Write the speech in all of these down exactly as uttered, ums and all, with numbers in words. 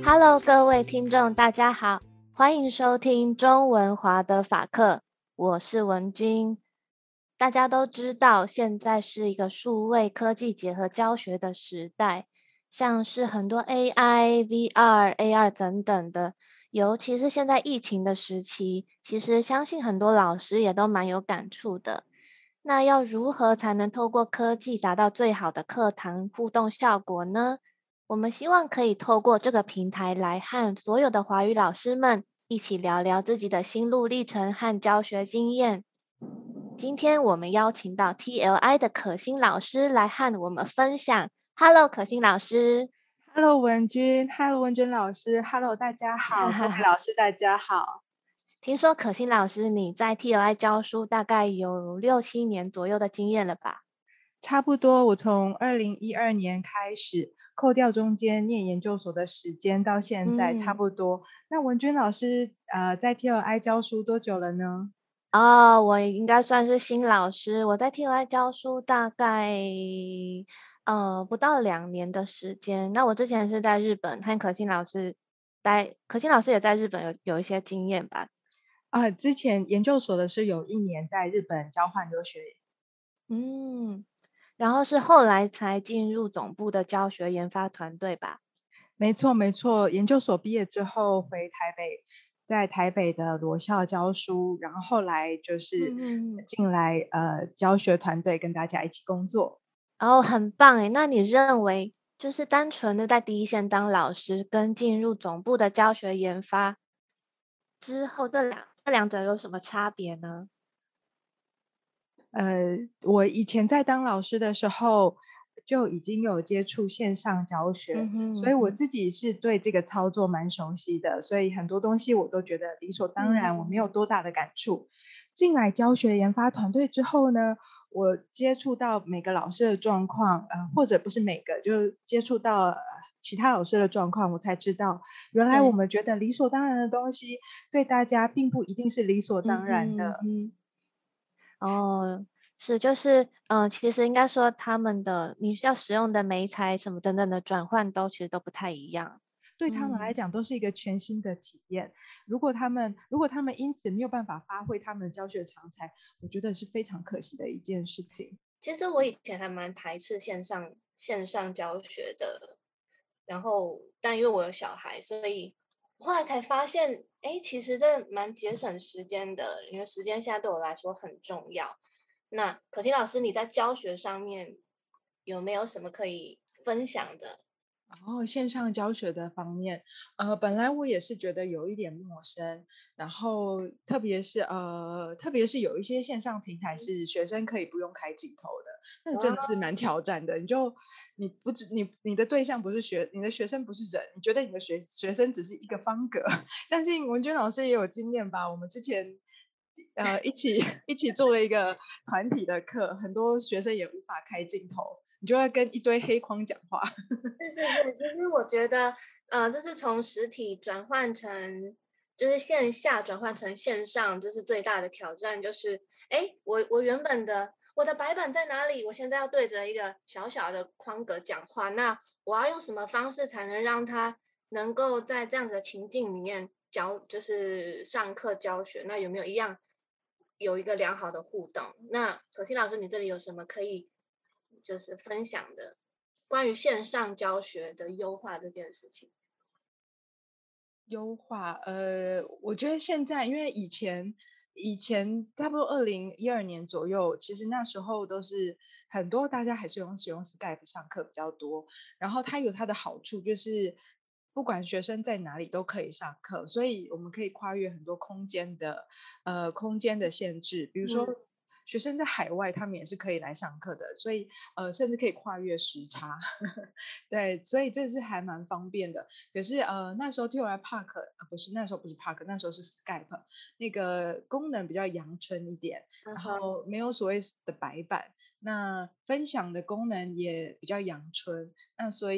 Hello，各位听众，大家好，欢迎收听中文华的法课，我是文君。大家都知道，现在是一个数位科技结合教学的时代，像是很多 A I、V R、A R 等等的，尤其是现在疫情的时期，其实相信很多老师也都蛮有感触的。那要如何才能透过科技达到最好的课堂互动效果呢？我们希望可以透过这个平台来和所有的华语老师们一起聊聊自己的心路历程和教学经验。今天我们邀请到 T L I 的可心老师来和我们分享。Hello，可心老师。 Hello，文君，Hello，文君老师，Hello，大家好，各位老师大家好。 听说可心老师你在 T L I 教书大概有六七年左右的经验了吧？ 差不多，我从二零一二年开始，扣掉中间念研究所的时间，到现在差嗯， 不多。那文君老师，呃，在 T L I 教书多久了呢？ 哦，我应该算是新老师，我在 T L I 教书大概呃不到两年的时间。那我之前是在日本和可心老师待，可心老师也在日本有有一些经验吧？ 啊、之前研究所的是有一年在日本交换留学。 嗯，然后是后来才进入总部的教学研发团队吧？ 没错，没错。研究所毕业之后回台北，在台北的罗校教书，然后后来就是嗯嗯嗯。 进来呃教学团队跟大家一起工作。 哦，很棒诶。那你认为就是单纯的在第一线当老师，跟进入总部的教学研发之后，这两这两者有什么差别呢？ 呃，我以前在当老师的时候，就已经有接触线上教学， 嗯哼所以我嗯哼。 自己是对这个操作蛮熟悉的，所以很多东西我都觉得理所当然，我没有多大的感触。进来教学研发团队之后呢，我接触到每个老师的状况，呃，或者不是每个，就接触到呃其他老师的状况，我才知道，原来我对。 们觉得理所当然的东西，对大家并不一定是理所嗯当然哼嗯的。 哼。哦，是，就是，嗯，呃其实应该说他们的你需要使用的媒材什么等等的转换都其实都不太一样。 对他们来嗯。 讲都是一个全新的体验。如果他们如果他们因此没有办法发挥他们的教学长才，我觉得是非常可惜的一件事情。 其实我以前还蛮排斥线上线上教学的，然后但因为我有小孩，所以后来才发现，哎，其实这蛮节省时间的，因为时间现在对我来说很重要。那可心老师，你在教学上面有没有什么可以分享的？ 然后线上教学的方面，呃，本来我也是觉得有一点陌生，然后特别是呃，特别是有一些线上平台是学生可以不用开镜头的，那个真的是蛮挑战的。你就你不只你你的对象不是学你的学生不是人，你觉得你的学学生只是一个方格，相信文娟老师也有经验吧？我们之前呃一起一起做了一个团体的课，很多学生也无法开镜头，你就要跟一堆黑框讲话。 是是是，其实我觉得，呃，这是从实体转换成，就是线下转换成线上，这是最大的挑战。就是，哎，我我原本的我的白板在哪里？我现在要对着一个小小的框格讲话，那我要用什么方式才能让他能够在这样子的情境里面教，就是上课教学？那有没有一样有一个良好的互动？那可心老师，你这里有什么可以就是分享的？关于线上教学的优化这件事情。 优化，呃，我觉得现在因为以前以前差不多二零一二年左右，其实那时候都是很多大家还是用使用 Skype 上课比较多，然后它有它的好处，就是不管学生在哪里都可以上课，所以我们可以跨越很多空间的呃空间的限制，比如说。 嗯。 学生在海外，他们也是可以来上课的，所以呃，甚至可以跨越时差，对，所以这是还蛮方便的。可是呃那时候 T O I Park 呃不是那时候不是 Park 那时候是 Skype 那个功能比较阳春一点，然嗯哼。 后没有所谓的白板，那分享的功能也比较阳春，那所以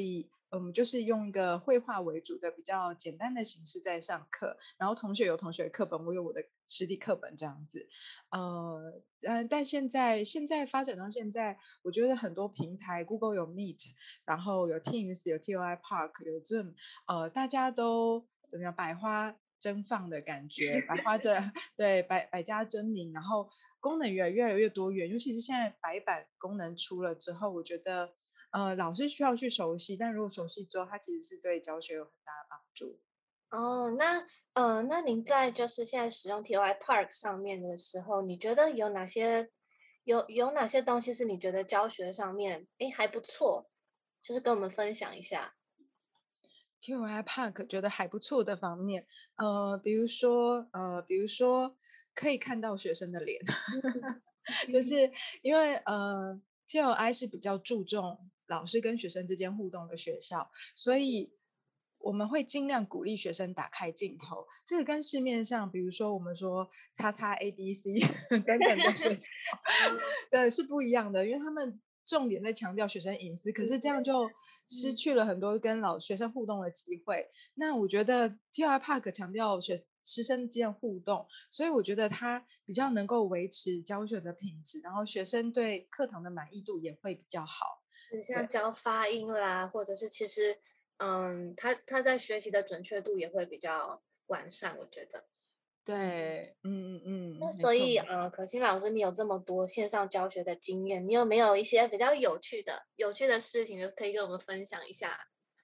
嗯，就是用一个绘画为主的比较简单的形式在上课，然后同学有同学的课本，我有我的实体课本这样子。呃，嗯，但现在现在发展到现在，我觉得很多平台，Google 有 Meet，然后有 Teams，有 T O I Park，有 Zoom，呃，大家都怎么样，百花争放的感觉，百花争对百百家争鸣，然后功能越来越来越多元，尤其是现在白板功能出了之后，我觉得呃老师需要去熟悉，但如果熟悉之后，它其实是对教学有很大的帮助。 哦，那呃，那您在就是现在使用 T O I Park 上面的时候，你觉得有哪些有有哪些东西是你觉得教学上面诶还不错，就是跟我们分享一下。 T O I Park 觉得还不错的方面，呃，比如说呃，比如说可以看到学生的脸，就是因为呃，T O I 是比较注重老师跟学生之间互动的学校，所以我们会尽量鼓励学生打开镜头。这个跟市面上，比如说我们说叉叉 A B C 等等的学校，对，是不一样的，因为他们重点在强调学生隐私，可是这样就失去了很多跟老学生互动的机会。那我觉得 T O I Park 强调学师生之间互动，所以我觉得它比较能够维持教学的品质，然后学生对课堂的满意度也会比较好。 是像对教发音啦，或者是其实嗯，他他在学习的准确度也会比较完善，我觉得。 对，嗯嗯那嗯，没所以， 错没错。 呃，可心老师，你有这么多线上教学的经验，你有没有一些比较有趣的、有趣的事情，就可以跟我们分享一下？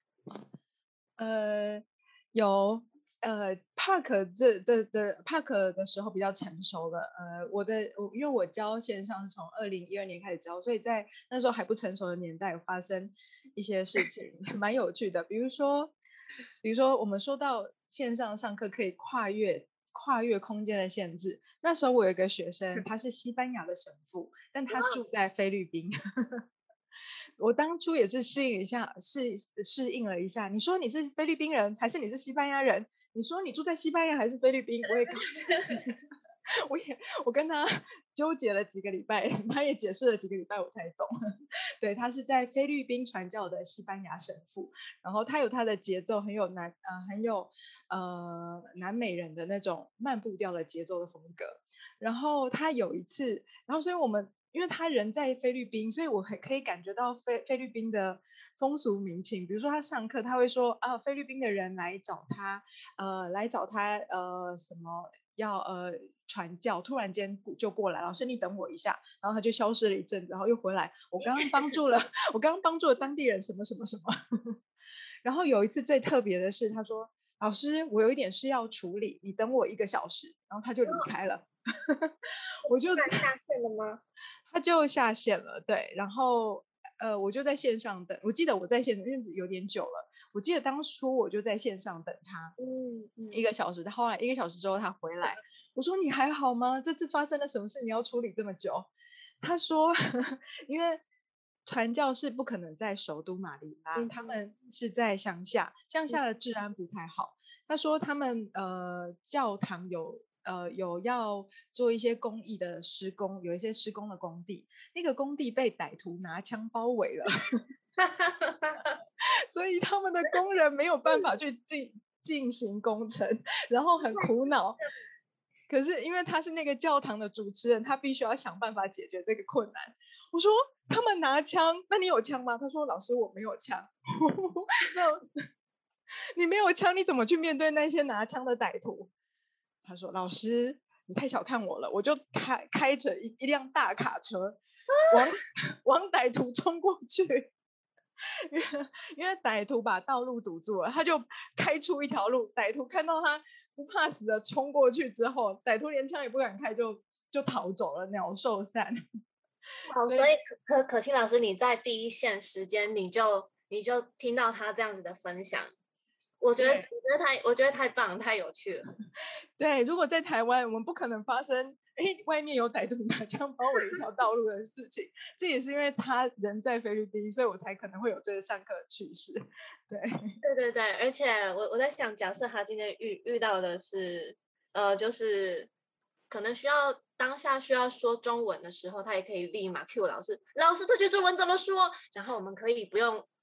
呃，有，呃，Park 这这的 Park 的时候比较成熟了。呃，我的我因为我教线上是从二零一二年开始教，所以在那时候还不成熟的年代，有发生一些事情，蛮有趣的。比如说，比如说我们说到线上上课可以跨越跨越空间的限制，那时候我有一个学生，他是西班牙的神父，但他住在菲律宾。我当初也是适应一下，适适应了一下。你说你是菲律宾人，还是你是西班牙人？你说你住在西班牙还是菲律宾？我也搞，我也我跟他纠结了几个礼拜，他也解释了几个礼拜，我才懂。对，他是在菲律宾传教的西班牙神父，然后他有他的节奏，很有南呃很有呃南美人的那种慢步调的节奏的风格。然后他有一次，然后所以我们因为他人在菲律宾，所以我很可以感觉到菲菲律宾的风俗民情。比如说他上课，他会说啊，菲律宾的人来找他，呃，来找他，呃，什么要呃传教，突然间就过来，老师你等我一下，然后他就消失了一阵子，然后又回来，我刚刚帮助了，我刚刚帮助了当地人什么什么什么。然后有一次最特别的是，他说老师，我有一点事要处理，你等我一个小时，然后他就离哦， 开了。我就突然下线了吗？ 他就下线了，对，然后呃，我就在线上等，我记得我在线，因为有点久了，我记得当初我就在线上等他嗯嗯， 一个小时，他后来一个小时之后他回来，我说你还好吗？这次发生了什么事？你要处理这么久？他说，因为传教士不可能在首都马尼拉， 嗯哼， 他们是在乡下，乡嗯下的治安不太好。他说他们呃教堂有呃有要做一些公益的施工，有一些施工的工地，那个工地被歹徒拿枪包围了，所以他们的工人没有办法去进进行工程，然后很苦恼。可是因为他是那个教堂的主持人，他必须要想办法解决这个困难。我说他们拿枪，那你有枪吗？他说老师我没有枪。那你没有枪，你怎么去面对那些拿枪的歹徒？他说老师你太小看我了，我就开开着一一辆大卡车往往歹徒冲过去。因为因为歹徒把道路堵住了，他就开出一条路。歹徒看到他不怕死的冲过去之后，歹徒连枪也不敢开就就逃走了，鸟兽散。 好， 所以所以可可可心老师，你在第一线时间，你就你就听到他这样子的分享，我觉得我对觉得太我觉得太棒了，太有趣了。 对，如果在台湾，我们不可能发生哎外面有歹徒拿枪包围一条道路的事情。这也是因为他人在菲律宾，所以我才可能会有这个上课的趣事。对。 对对对，而且我我在想，假设他今天遇遇到的是，呃，就是可能需要当下需要说中文的时候，他也可以立马 cue 老师，老师这句中文怎么说？然后我们可以不用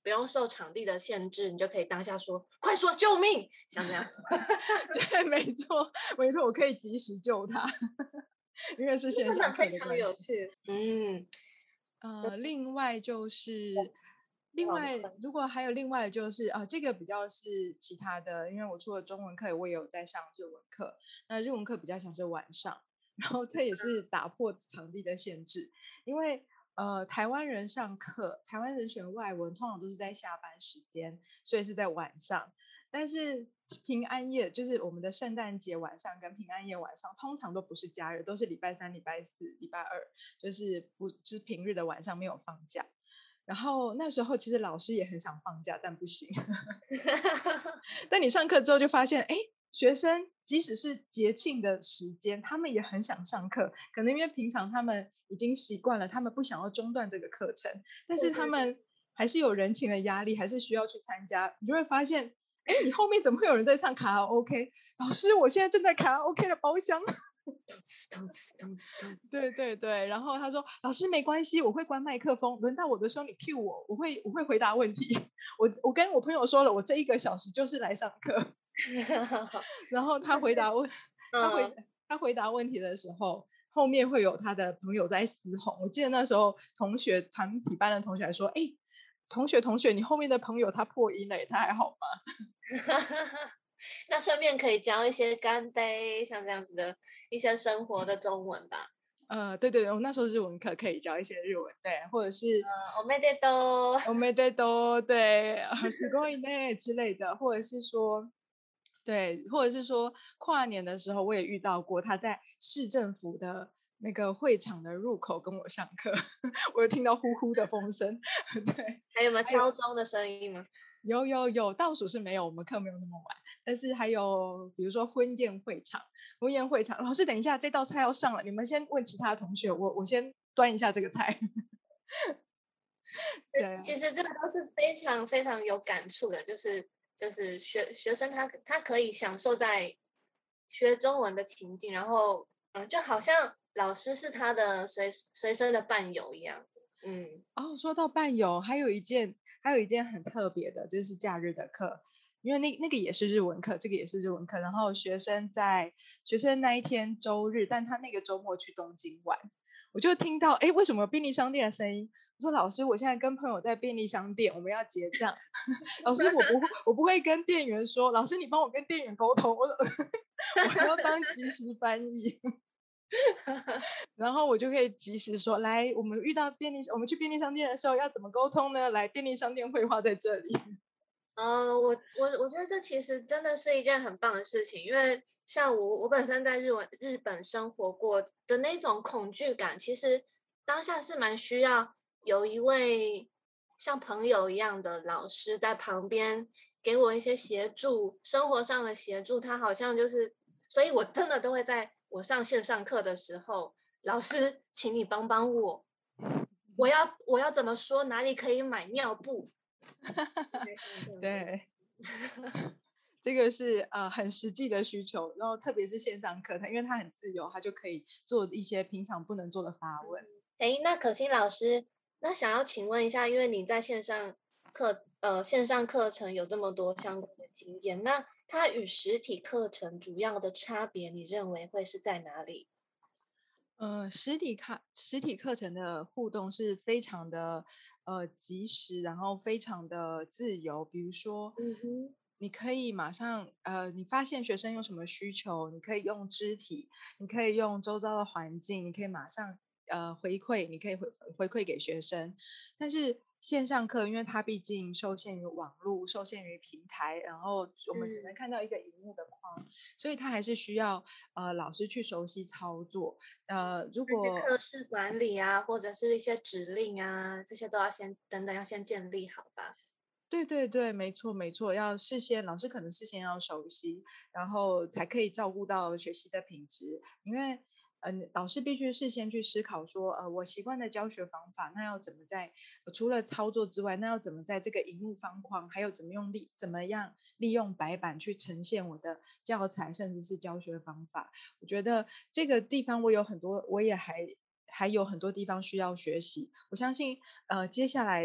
不用受场地的限制，你就可以当下说快说救命，像这样。 对，没错没错，我可以及时救他。因为是线上课非常的关系。 有趣。嗯， 呃，另外就是另外如果还有另外的就是啊、呃，这个比较是其他的，因为我除了中文课我也有在上日文课，那日文课比较像是晚上，然后这也是打破场地的限制，因为呃台湾人上课，台湾人选外文通常都是在下班时间，所以是在晚上，但是平安夜就是我们的圣诞节晚上跟平安夜晚上通常都不是假日，都是礼拜三礼拜四礼拜二，就是不是平日的晚上没有放假，然后那时候其实老师也很想放假但不行。但你上课之后就发现哎，学生即使是节庆的时间他们也很想上课，可能因为平常他们已经习惯了，他们不想要中断这个课程，但是他们还是有人情的压力，还是需要去参加，你就会发现哎，你后面怎么会有人在唱卡拉 OK？ 老师我现在正在卡拉 OK 的包厢。对对对，然后他说老师没关系，我会关麦克风，轮到我的时候你 cue 我，我会我会回答问题。我我跟我朋友说了，我这一个小时就是来上课。然后他回答问他回他回答问题的时候，后面会有他的朋友在嘶吼。我记得那时候同学团体班的同学还说，哎，同学同学你后面的朋友他破音了，他还好吗？ 那顺便可以教一些干杯像这样子的一些生活的中文吧。 呃，对对，我那时候日文课可以教一些日文，对，或者是呃，おめでとう， おめでとう，对，すごいね之类的，或者是说，对，或者是说跨年的时候，我也遇到过他在市政府的那个会场的入口跟我上课，我有听到呼呼的风声，对， 还有没有敲钟的声音吗？ 有有有，倒数是没有，我们课没有那么晚，但是还有比如说婚宴会场，婚宴会场，老师等一下这道菜要上了，你们先问其他同学，我我先端一下这个菜。对， 其实这个都是非常非常有感触的，就是就是学学生他他可以享受在学中文的情境，然后嗯、呃，就好像老师是他的随随身的伴游一样。嗯， 哦，说到伴游，还有一件还有一件很特别的，就是假日的课，因为那那个也是日文课，这个也是日文课，然后学生在学生那一天周日，但他那个周末去东京玩，我就听到哎，为什么有便利商店的声音？我说老师，我现在跟朋友在便利商店，我们要结账。老师，我不会，我不会跟店员说，老师你帮我跟店员沟通，我我要当即时翻译。然后我就可以及时说，来，我们遇到便利，我们去便利商店的时候要怎么沟通呢？来，便利商店绘画在这里。 呃，我我我觉得这其实真的是一件很棒的事情，因为像我我本身在日文日本生活过的那种恐惧感，其实当下是蛮需要有一位像朋友一样的老师在旁边给我一些协助，生活上的协助。他好像就是，所以我真的都会在我上线上课的时候，老师，请你帮帮我，我要我要怎么说，哪里可以买尿布？ 对，这个是呃很实际的需求，然后特别是线上课堂，因为它很自由，它就可以做一些平常不能做的发问。 哎，那可心老师，那想要请问一下，因为你在线上课呃线上课程有这么多相关的经验，那它与实体课程主要的差别，你认为会是在哪里？ 呃，实体课实体课程的互动是非常的呃及时，然后非常的自由。比如说， 嗯哼， 你可以马上呃，你发现学生有什么需求，你可以用肢体，你可以用周遭的环境，你可以马上呃回馈，你可以回回馈给学生。但是线上课，因为它毕竟受限于网络，受限于平台，然后我们只能嗯， 看到一个荧幕的框，所以它还是需要呃老师去熟悉操作。呃，如那些果课室管理啊，或者是一些指令啊，这些都要先等等要先建立好吧？ 对对对，没错没错，要事先老师可能事先要熟悉，然后才可以照顾到学习的品质。因为嗯、呃老师必须事先去思考说，呃，我习惯的教学方法，那要怎么在、呃除了操作之外，那要怎么在这个荧幕方框，还有怎么用利怎么样利用白板去呈现我的教材，甚至是教学方法。我觉得这个地方我有很多，我也还还有很多地方需要学习。我相信，呃，接下来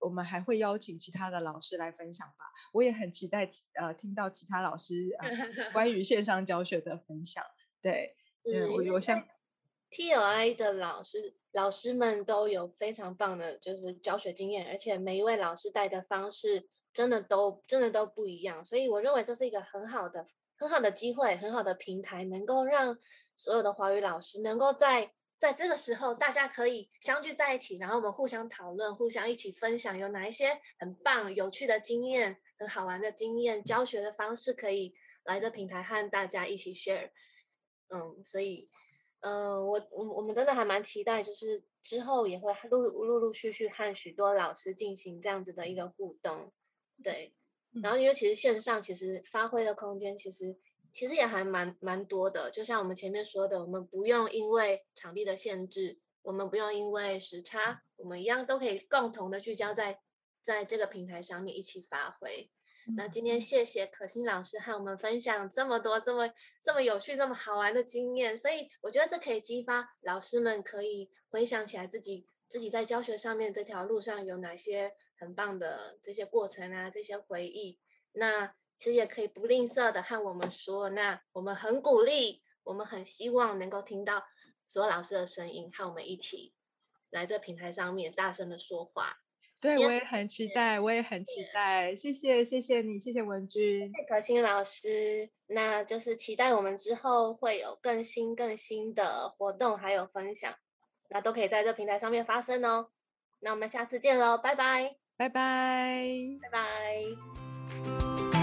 我们还会邀请其他的老师来分享吧。我也很期待呃听到其他老师呃关于线上教学的分享。对，嗯，我我想 T L I 的老师老师们都有非常棒的就是教学经验，而且每一位老师带的方式真的都真的都不一样，所以我认为这是一个很好的很好的机会，很好的平台，能够让所有的华语老师能够在在这个时候大家可以相聚在一起，然后我们互相讨论，互相一起分享有哪一些很棒有趣的经验，很好玩的经验，教学的方式可以来这平台和大家一起 share。嗯，所以呃，我我我们真的还蛮期待，就是之后也会陆陆陆续续和许多老师进行这样子的一个互动。对，然后因为其实线上其实发挥的空间其实其实也还蛮蛮多的，就像我们前面说的，我们不用因为场地的限制，我们不用因为时差，我们一样都可以共同的聚焦在在这个平台上面一起发挥。那今天谢谢可心老师和我们分享这么多这么这么有趣这么好玩的经验，所以我觉得这可以激发老师们可以回想起来自己自己在教学上面这条路上有哪些很棒的这些过程啊，这些回忆。那其实也可以不吝啬的和我们说，那我们很鼓励，我们很希望能够听到所有老师的声音，和我们一起来这平台上面大声的说话。 对，我也很期待，我也很期待，谢谢，谢谢你，谢谢文君， 谢谢可心老师，那就是期待我们之后会有更新更新的活动还有分享，那都可以在这平台上面发生哦。那我们下次见喽，拜拜， 拜拜。 拜拜。